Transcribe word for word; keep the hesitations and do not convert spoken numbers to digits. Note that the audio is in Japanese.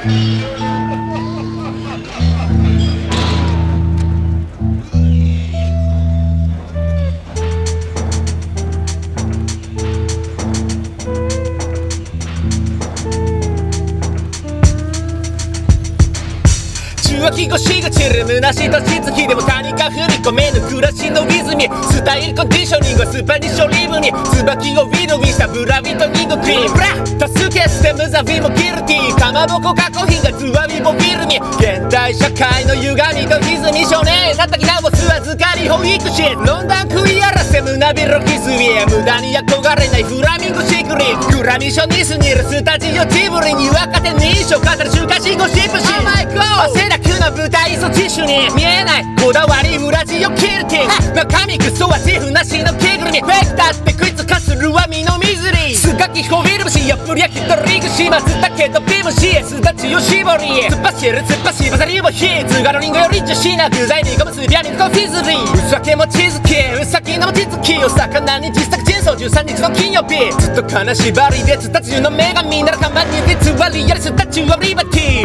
気越しが散る虚しい年月でも他人が踏み込めぬ暮らしのリズムスタイルコンディショニングはスパニッシュリブに椿をウィドウィしたブラビとニングクリームブラ多数決してムザビもギルティーかまぼこ加工品がツワビもフィルミ現代社会の歪みと歪み少年叩き直す預かり保育士ロンダン食い荒らせ胸びろキスビ無駄に憧れないフラミンゴシークリーグラミー賞にすにるスタジオジブリに若手に印象語る週刊誌ゴシップ誌汗だくの舞台そティッシュに見えないこだわり裏地をキルティング中身クソは自負なしの着ぐるみフェイクだってクイズ化するは身のミズリスガキホビルムシやっぷりや一人ぐ始末だけどビムシエスダチを絞り突っ走る突っ走りバザリをヒーズガロリンゴより女子な具材にゴムスビアにコンフィズリーうさけもチーズキーうさきのもちつきお魚に自作人相じゅうさんにちの金曜日ずっと金縛りでつたちの女神ならかまに偽りやりすたちはリバティ